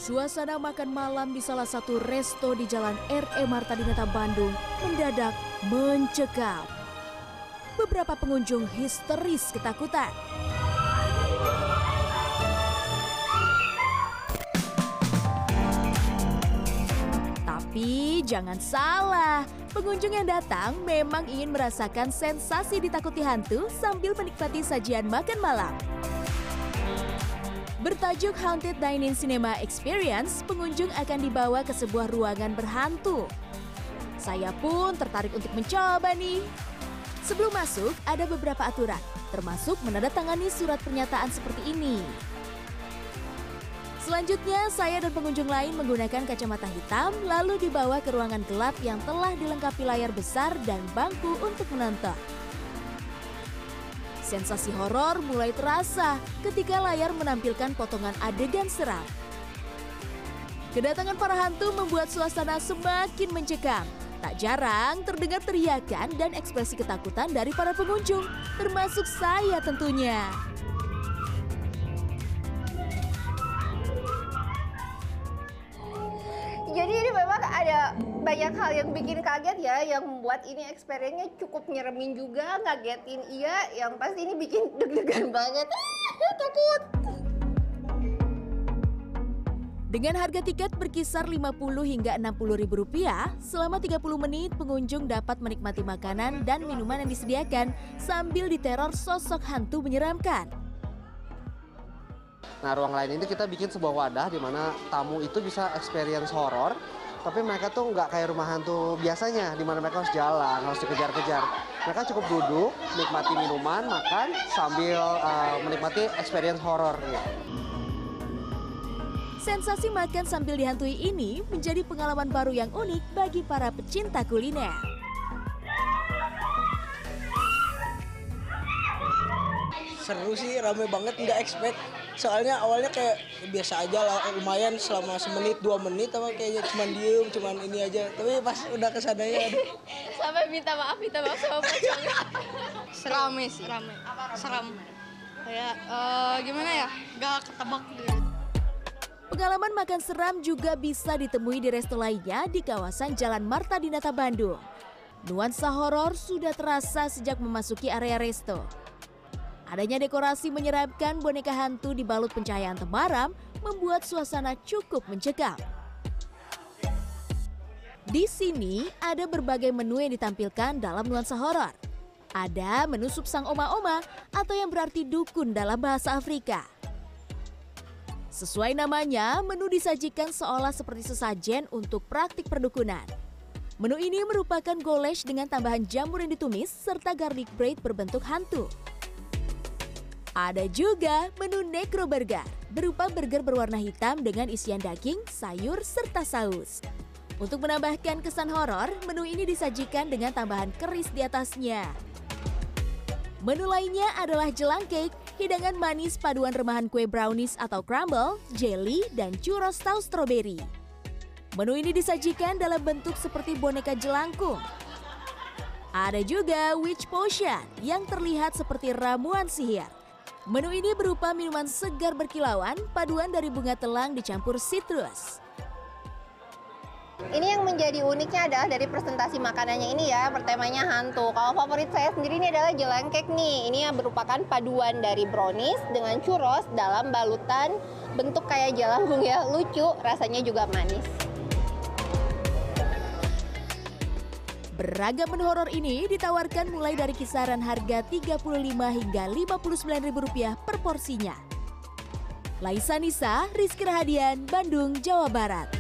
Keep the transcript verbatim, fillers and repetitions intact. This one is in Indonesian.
Suasana makan malam di salah satu resto di Jalan R E Marta Dinata, Bandung mendadak mencekam. Beberapa pengunjung histeris ketakutan. Tapi jangan salah, pengunjung yang datang memang ingin merasakan sensasi ditakuti hantu sambil menikmati sajian makan malam. Bertajuk Haunted Dine-In Cinema Experience, pengunjung akan dibawa ke sebuah ruangan berhantu. Saya pun tertarik untuk mencoba nih. Sebelum masuk, ada beberapa aturan, termasuk menandatangani surat pernyataan seperti ini. Selanjutnya, saya dan pengunjung lain menggunakan kacamata hitam, lalu dibawa ke ruangan gelap yang telah dilengkapi layar besar dan bangku untuk menonton. Sensasi horor mulai terasa ketika layar menampilkan potongan adegan seram. Kedatangan para hantu membuat suasana semakin mencekam. Tak jarang terdengar teriakan dan ekspresi ketakutan dari para pengunjung, termasuk saya tentunya. Jadi ini memang ada banyak hal yang bikin kaget ya, yang membuat ini experience-nya cukup nyeremin juga, ngagetin iya, yang pasti ini bikin deg-degan banget. Takut. Dengan harga tiket berkisar lima puluh hingga enam puluh ribu rupiah, selama tiga puluh menit pengunjung dapat menikmati makanan dan minuman yang disediakan sambil diteror sosok hantu menyeramkan. Nah, ruang lain ini kita bikin sebuah wadah di mana tamu itu bisa experience horor, tapi mereka tuh nggak kayak rumah hantu biasanya, di mana mereka harus jalan, harus dikejar-kejar. Mereka cukup duduk, nikmati minuman, makan, sambil uh, menikmati experience horor. Ya. Sensasi makan sambil dihantui ini menjadi pengalaman baru yang unik bagi para pecinta kuliner. Seru sih, rame banget, nggak expect. Soalnya awalnya kayak biasa aja lah, lumayan selama semenit, dua menit, apa kayaknya cuma diem, cuman ini aja. Tapi pas udah kesananya, Sampai minta maaf, minta maaf sama pacarnya. Rame sih, rame, seram. Kayak uh, gimana ya, nggak ketebak gitu. Pengalaman makan seram juga bisa ditemui di resto lainnya di kawasan Jalan Marta Dinata, Bandung. Nuansa horor sudah terasa sejak memasuki area resto. Adanya dekorasi menyeramkan boneka hantu dibalut pencahayaan temaram membuat suasana cukup mencekam. Di sini ada berbagai menu yang ditampilkan dalam nuansa horor. Ada menu sup sang oma-oma atau yang berarti dukun dalam bahasa Afrika. Sesuai namanya, menu disajikan seolah seperti sesajen untuk praktik perdukunan. Menu ini merupakan goulash dengan tambahan jamur yang ditumis serta garlic bread berbentuk hantu. Ada juga menu necro burger, berupa burger berwarna hitam dengan isian daging, sayur, serta saus. Untuk menambahkan kesan horor, menu ini disajikan dengan tambahan keris di atasnya. Menu lainnya adalah jelang cake, hidangan manis paduan remahan kue brownies atau crumble, jelly, dan churros tahu stroberi. Menu ini disajikan dalam bentuk seperti boneka jelangkung. Ada juga witch potion yang terlihat seperti ramuan sihir. Menu ini berupa minuman segar berkilauan, paduan dari bunga telang dicampur sitrus. Ini yang menjadi uniknya adalah dari presentasi makanannya ini ya, pertemanya hantu. Kalau favorit saya sendiri ini adalah jelang cake nih. Ini yang merupakan paduan dari brownies dengan churros dalam balutan bentuk kayak jelangkung ya, lucu, rasanya juga manis. Beragam menu horor ini ditawarkan mulai dari kisaran harga tiga puluh lima hingga lima puluh sembilan ribu rupiah per porsinya. Laisa Nisa, Rizky Rahadian, Bandung, Jawa Barat.